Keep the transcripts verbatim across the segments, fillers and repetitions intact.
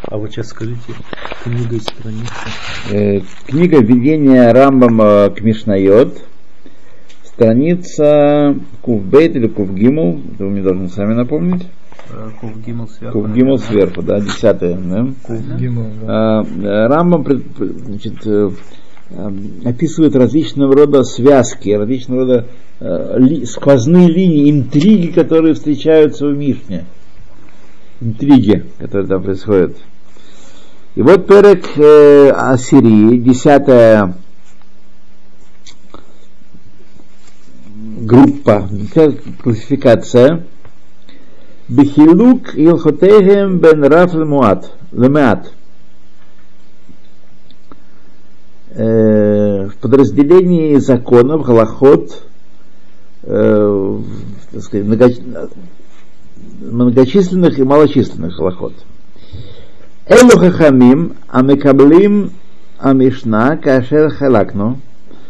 А вот сейчас скажите, книга и страница. Э, книга введения Рамбама к Мишнайот, страница Кувбейт или Кувгимл, это вы мне должны сами напомнить. Кувгимл сверху. Кувгимл сверху, да, десятая. Да? Кувгимл, да. А, Рамбам значит, описывает различного рода связки, различного рода э, ли, сквозные линии, интриги, которые встречаются в Мишне. Интриги, которые там происходят. И вот перек э, Ассирии, десятая группа, классификация. Бихилук илхотехем бен раф лемуат, лемеат. В подразделении законов, галахот, э, так сказать, много, многочисленных и малочисленных галахот. Элу хахамим амекаблим амишна кашер халакну.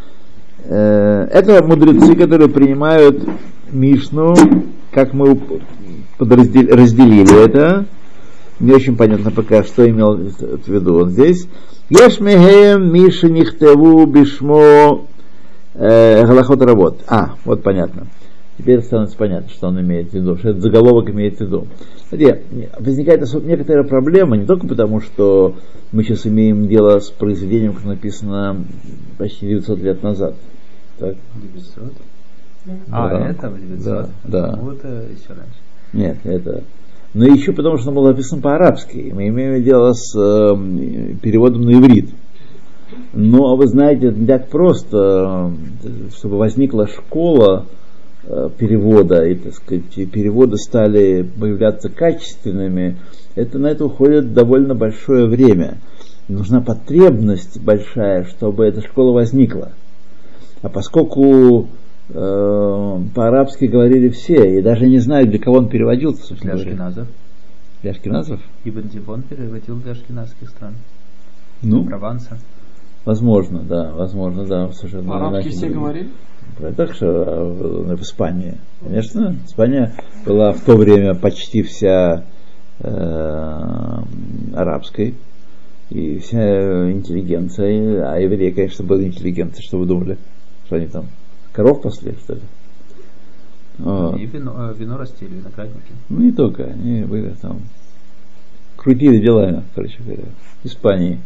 Это мудрецы, которые принимают Мишну, как мы подраздел, разделили это. Не очень понятно пока, что имел в виду он здесь. Еш мехем миша нихтеву бишмо галахот работ. А, вот понятно. Теперь становится понятно, что он имеет в виду, что этот заголовок имеет в виду. Смотрите, возникает некоторая проблема, не только потому, что мы сейчас имеем дело с произведением, как написано почти девятьсот лет назад. Так? девятьсот? А, да. Это девятьсот? Да, да. Вот еще раньше. Нет, это... Но еще потому, что оно было написано по-арабски. Мы имеем дело с э, переводом на иврит. Но, вы знаете, это не так просто, чтобы возникла школа э, перевода, и, так сказать, переводы стали появляться качественными. Это, на это уходит довольно большое время. Нужна потребность большая, чтобы эта школа возникла. А поскольку э, по-арабски говорили все, и даже не знаю, для кого он переводил. Для ашкеназов. Для ашкеназов? Ибн Тибон переводил для ашкеназских стран. Ну, Прованса. Возможно, да, возможно, да. Совершенно по-арабски все говорили? Так что в Испании, конечно, Испания была в то время почти вся э, арабской, и вся интеллигенция, а евреи, конечно, были интеллигенты, что вы думали? Что они там, коров пасли, что ли? Вот. И вино, вино растили, виноградники. Ну, не только, они были там, крутили делами, короче говоря, в Испании.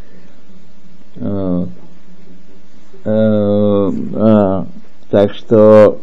Вот. А, а, так что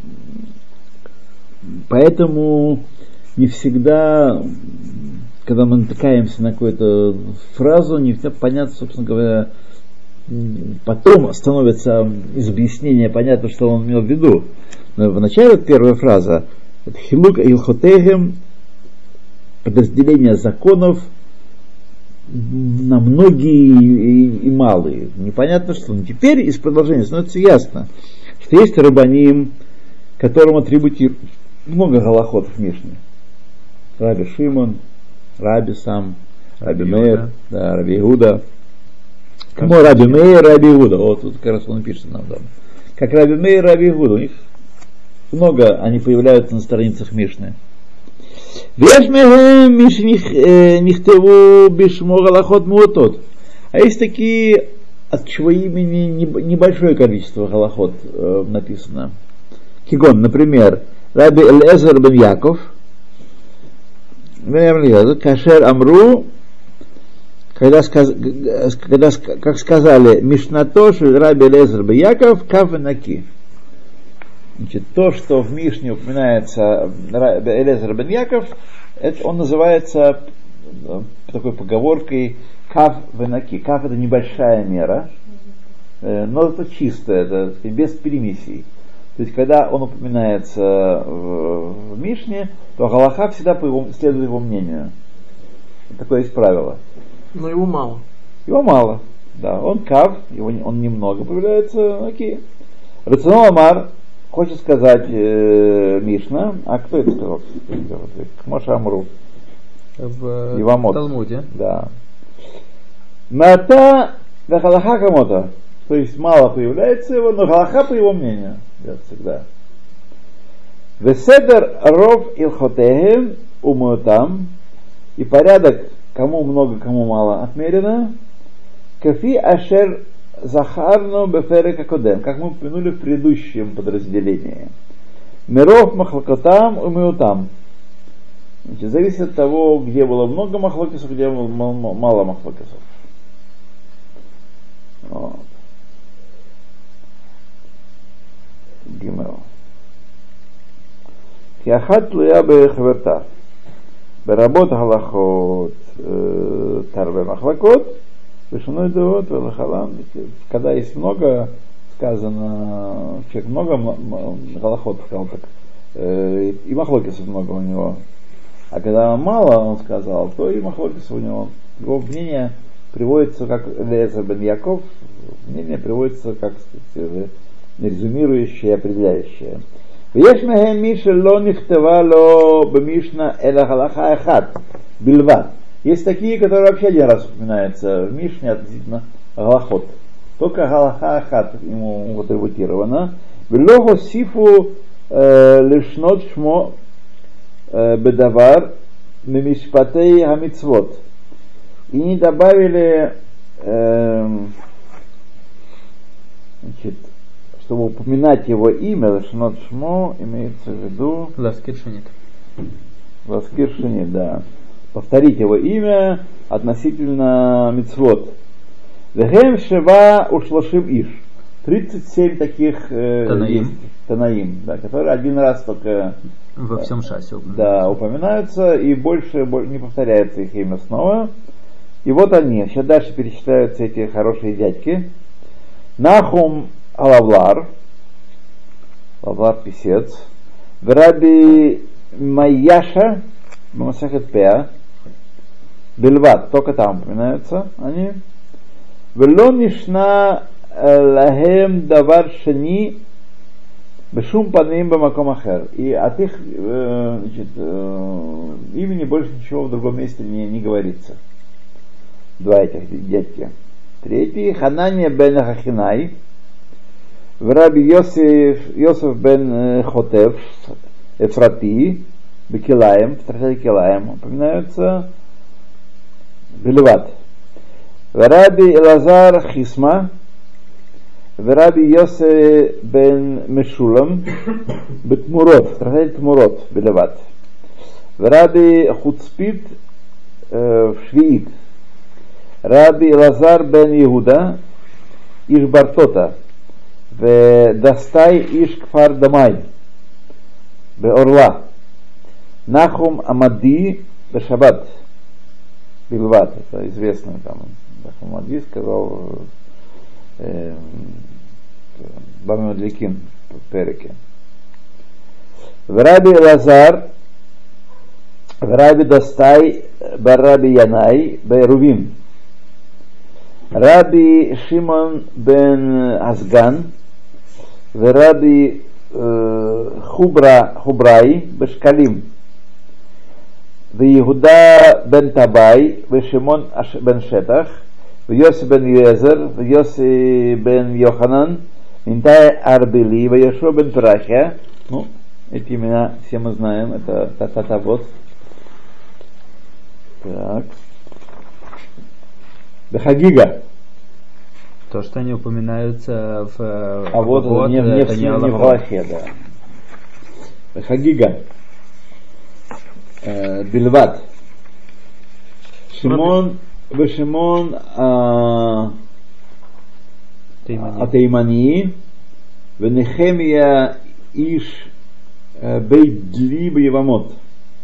поэтому не всегда, когда мы натыкаемся на какую-то фразу, не всегда понятно, собственно говоря, потом становится из объяснения понятно, что он имел в виду. Но вначале первая фраза это хилук илхотехем, подразделение законов на многие и, и малые. Непонятно что. Но теперь из продолжения становится ясно, что есть рабаним, которому атрибутируют много галахот в Мишне. Раби Шимон, Раби сам, Раби Мейр, да, Раби Иуда. Кому Раби Мейр, Раби Иуда. Вот тут как раз он пишет нам там. Как Раби Мейр, Раби Иуда. У них много, они появляются на страницах Мишны. А есть такие, от чего имени небольшое количество галахот э, написано. Кигон, например, Раби Элиэзер бен Яков, Кашер Амру, когда, сказ, когда как сказали, Мишнатош Раби Элиэзер бен Яков, Кавенаки. Значит, то, что в Мишне упоминается Элиэзер бен Яков, это, он называется такой поговоркой кав венаки. Кав это небольшая мера, но это чистое, это без перемесей. То есть, когда он упоминается в, в Мишне, то галаха всегда по его, следует его мнению. Такое есть правило. Но его мало. Его мало, да. Он кав, его, он немного появляется, окей. Рационал Амар хочет сказать э, Мишна, а кто это сказал? Моше Амру. В Ивамот. Талмуде. Да. Мата да галаха кому-то. То есть мало появляется его, но галаха по его мнению идет всегда. Веседер ров илхотехем умутам, и порядок кому много, кому мало отмерено. Кафи ашер захарну беферека кодем, как мы упомянули в предыдущем подразделении. Миров махлокотам и меутам. Значит, зависит от того, где было много махлокисов, где было мало махлокисов. Вот. Гимел. Киахат луя бехверта. Беработ галахот тарбе махлокот. Вишуной довод велахалам. Когда есть много, сказано, человек много галахот, сказал так, и махлокисов много у него. А когда мало, он сказал, то и махлокисов у него. Его мнение приводится как Элиэзер бен Яков, мнение приводится как сказать, резюмирующее и определяющее. ויש מהם מי שלא נכתבה לו במשנה אלא הלכה אחת בלבד. Есть такие, которые вообще один раз упоминаются в Мишне относительно галахот. Только галаха ахат ему атрибутировано. Велохо сифу лишнот шмо бедавар мемишпатей хамицвот. И не добавили, значит, чтобы упоминать его имя, лишнот шмо, имеется в виду Ласкир Шенит. Ласкир Шенит, да. Повторить его имя относительно мицвот. Вехем шева ушлашим иш. тридцать семь таких э, Танаим. есть, танаим, да, которые один раз только Во всем шасе упоминаются. Да, упоминаются и больше не повторяется их имя снова. И вот они. Сейчас дальше перечисляются эти хорошие дядьки. Нахум Алавлар, Алавлар писец. Раби Майяша Масахет Пеа. Бельват, только там упоминаются они. Вело нишна лахем давар шани бешум паним бамаком ахер. И от их э, значит, э, имени больше ничего в другом месте не, не говорится. Два этих дядьки. Третий Ханания бен Хахинай, Раби Йосеф, Йосеф бен Хотев Эфрати Бекилаем, в трактате Килаем упоминаются. Бельват. Раби Элазар Хисма, Раби Йосеф бен Мешулам Бетмурот, в трактате Тмурот, Бельват. Раби Хуцпит в Швиит. Раби Элазар бен Иуда Иш Бартота Дастай Иш Кфар Дамай Беорла Нахум Амади Бешабат Бильват, это известный там Нахум Амади сказал э, Бамим Адликин в Переке. Раби Элазар Раби Дастай Бараби Янай Берувим. Раби Шимон бен Азган, Раби Хубра Хубрай Бешкалим, Иуда бен Табай, Шимон бен Шетах, Йоси бен Юэзер, Йоси бен Йоханан, Минтай Арбели, Йошуа бен Турахия. Ну, эти имена все мы знаем, это Тататавод. Так. Бехагига. То, что они упоминаются в А вот, вот не, не, это не, не в Галахе, да. Бехагига. Э, Бельват. Шимон, Вешимон Атеймани, Венехемия Иш Бейдли Бейвамот.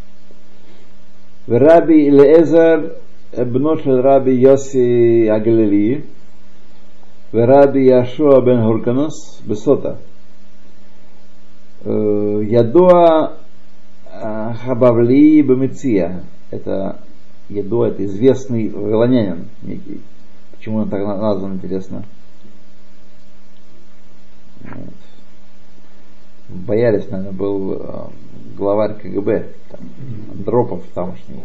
Раби Элиэзер בנו של רבי יוסי הגלילי ורבי ישוע בן הורקנוס בסוטה. ידוע הבבלי במציע. Это ידוע, это известный вавилонянин некий. Почему он так назван, интересно? Вот. Боялись, наверное, был главарь КГБ, там, Андропов тамошний.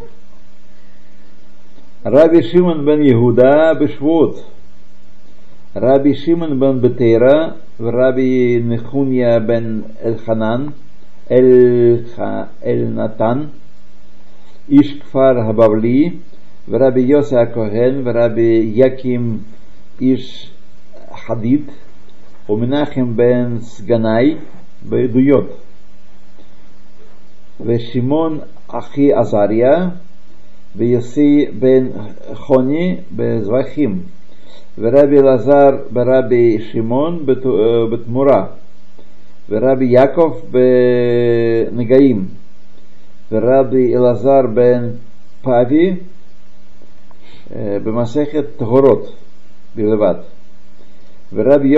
Раби Шимон бен Иуда Бешвот, Раби Шимон бен Бетейра, Раби Нехунья бен Эльханан, Эль-Натан, Иш Кфар Хабавли, Раби Йоса Акоген, Раби Яким Иш Хадид, Уминахим бен Сганай, Бейдуйот, Вешимон Ахи Азария, Веяси бен Хони, Безвахим, Раби Лазар, Раби Шимон, Бетмура, Раби Яков, Бенегаим, Раби Элазар бен Пави, Бемасехет Тагорот, Билеват, Раби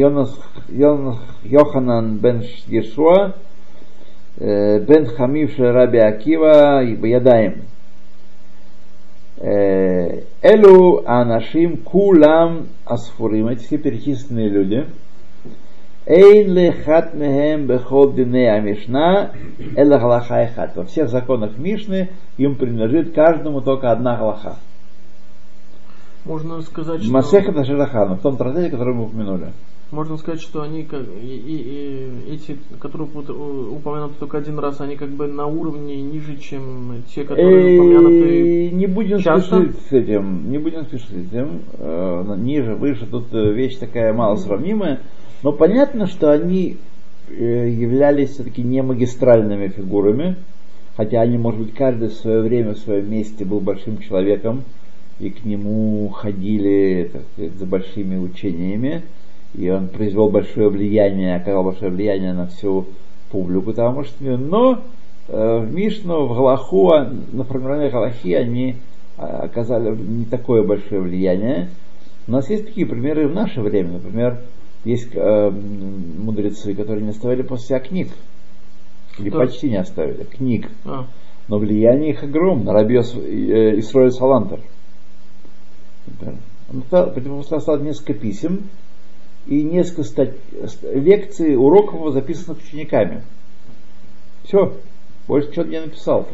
Йоханан бен Ешуа, бен Хамив Раби Акива, Ядаем. Элу Анашим Кулам Асфурим, эти все перечисленные люди. Эйн лехат мехем бехол дине амишна эла галаха эхат. Во всех законах Мишны им принадлежит каждому только одна галаха. Можно сказать, что... Масехет Ашерахана, в том трактате, который мы упомянули. Можно сказать, что они, как, и, и, и эти, которые упомянуты только один раз, они как бы на уровне ниже, чем те, которые упомянуты не будем часто? спешить с этим, не будем спешить с этим, э, ниже, выше, тут вещь такая малосравнимая, но понятно, что они э, являлись все-таки не магистральными фигурами, хотя они, может быть, каждый в свое время, в своем месте был большим человеком, и к нему ходили, так сказать, за большими учениями, и он произвел большое влияние, оказал большое влияние на всю публику тамошнюю, но э, в Мишну, в Галаху, на формирование Галахи они оказали не такое большое влияние. У нас есть такие примеры и в наше время. Например, есть э, мудрецы, которые не оставили после себя книг, или Кто? почти не оставили книг, а. но влияние их огромно. Раби Исроэль Салантер. Он оставил несколько писем и несколько стать, лекций, уроков, записанных учениками. Все. Больше чего-то не написал.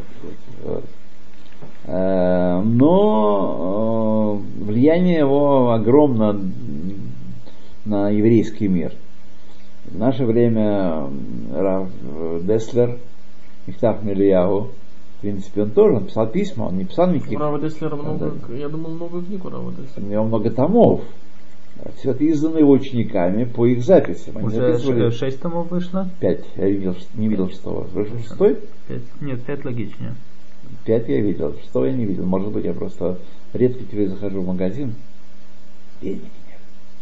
Но влияние его огромно на еврейский мир. В наше время Рав Деслер, Михтах Мельяху, в принципе, он тоже написал письма, он не писал никаких... У Рава Деслера много, да. Я думал, много книг у Рава Деслера. У него много томов. Все это издано его учениками по их записям. Они уже записывали... шесть томов вышло? Пять. Я видел, не видел шестого. Вышел шестой? Пять. Нет, пять логичнее. Пять я видел, шестого я не видел. Может быть, я просто редко теперь захожу в магазин. Денег нет.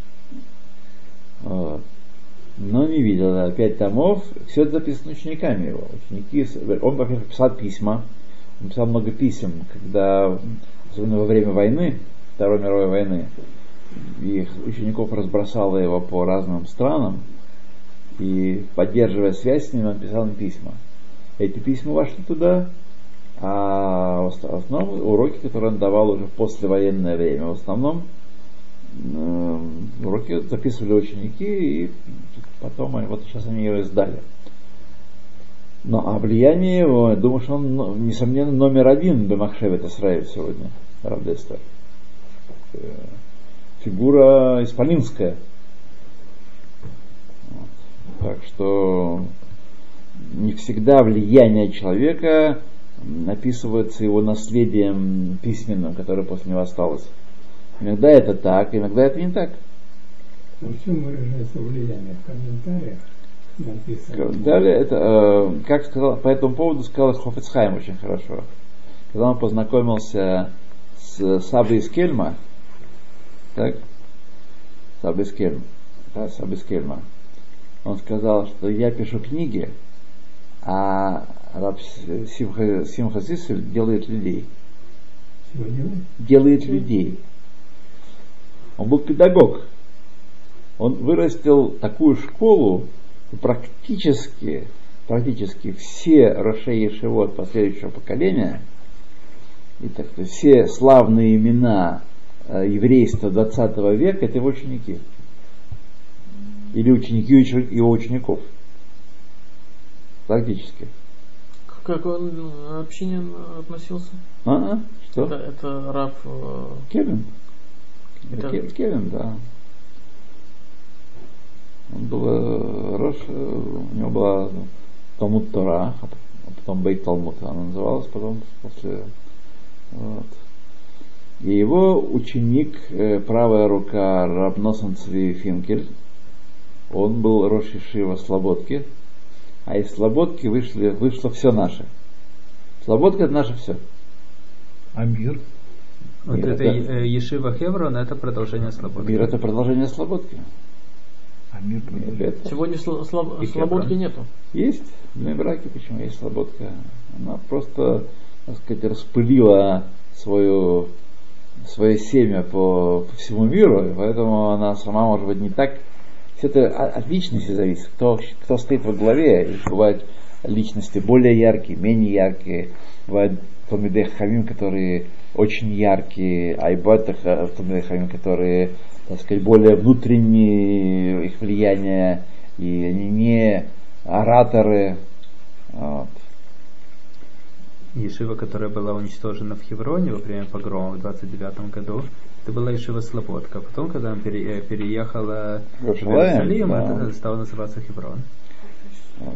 Вот. Но не видел, да. Пять томов. Все это записано учениками его. Ученики... Он, во-первых, писал письма. Он писал много писем, когда, особенно во время войны, Второй мировой войны, их учеников разбросало его по разным странам, и, поддерживая связь с ними, он писал им письма. Эти письма вошли туда, а в основном уроки, которые он давал уже в послевоенное время, в основном э, уроки записывали ученики, и потом, вот сейчас они его издали. Но а влияние его, я думаю, что он, несомненно, номер один бемахшевет Исраэль сегодня, Рав Деслер. Фигура исполинская. Вот. Так что не всегда влияние человека описывается его наследием письменным, которое после него осталось. Иногда это так, иногда это не так. А в чем выражается влияние? В комментариях написано? Далее, это, э, как сказал, по этому поводу сказал Хофец Хаим очень хорошо. Когда он познакомился с Сабой из Кельма, так, Саба из Кельма, да, Саба из Кельма, он сказал, что я пишу книги, а раб Симха, Симха Зиссель делает людей. Чего делает? Делает людей. Он был педагог. Он вырастил такую школу, практически, практически все рошей ешивот последующего поколения, и так сказать, все славные имена еврейства двадцатого века — это его ученики. Или ученики его учеников. Практически. Как он к общине относился? А, что? Это, это раб... Кевин. Это... Кевин, да. Он был Рош, у него была Талмуд Тора, а потом Бейт Талмуд она называлась, потом после... Вот. И его ученик, правая рука Рав Носон Цви Финкель, он был рош йешива Слободки, а из Слободки вышли, вышло все наше. Слободка — это наше все. А мир? Вот мир это, это Йешива Хеврон, это продолжение Слободки. Мир — это продолжение Слободки. А мир это... Сегодня сло- сло- Слободки нету. Есть. В Браке почему есть Слободка? Она просто, так сказать, распылила свою, свое семя по, по всему миру, и поэтому она сама, может быть, не так. Все это от личности зависит. Кто, кто стоит во главе. И бывают личности более яркие, менее яркие. Бывают Талмидей Хахамим, которые очень яркие, а и бывают Талмидей Хахамим, которые, так сказать, более внутренние, их влияние, и они не ораторы. Вот. Йешива, которая была уничтожена в Хевроне во время погрома в двадцать девятом году, это была Йешива Слободка. Потом, когда она пере, переехала в Иерусалим, да. Это стало называться Хеврон. Вот.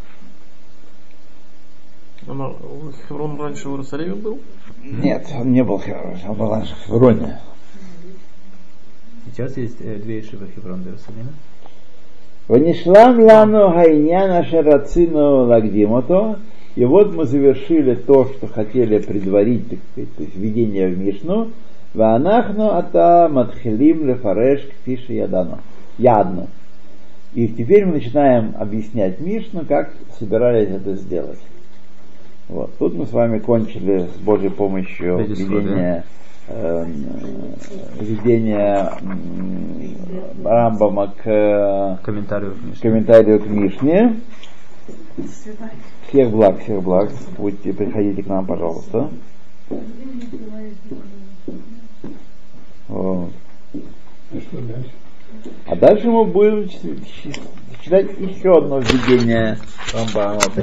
Она, Хеврон раньше в Иерусалиме был? Нет, он не был в Хевроне, он был раньше в Хевроне. Сейчас есть э, две Йешивы Хеврон в Иерусалиме. Ванишлам лану хайняна шарацину лагдимото. И вот мы завершили то, что хотели предварить, так сказать, то есть введение в Мишну. Ваанахну ата матхилим лефареш кфиши ядану. Ядну. И теперь мы начинаем объяснять Мишну, как собирались это сделать. Вот. Тут мы с вами кончили с Божьей помощью введение, э, введение э, Рамбама к комментарию к Мишне. Комментарию к Мишне. Всех благ, всех благ. Будьте, приходите к нам, пожалуйста. Вот. А что дальше? А дальше мы будем читать еще одно введение Рамбама.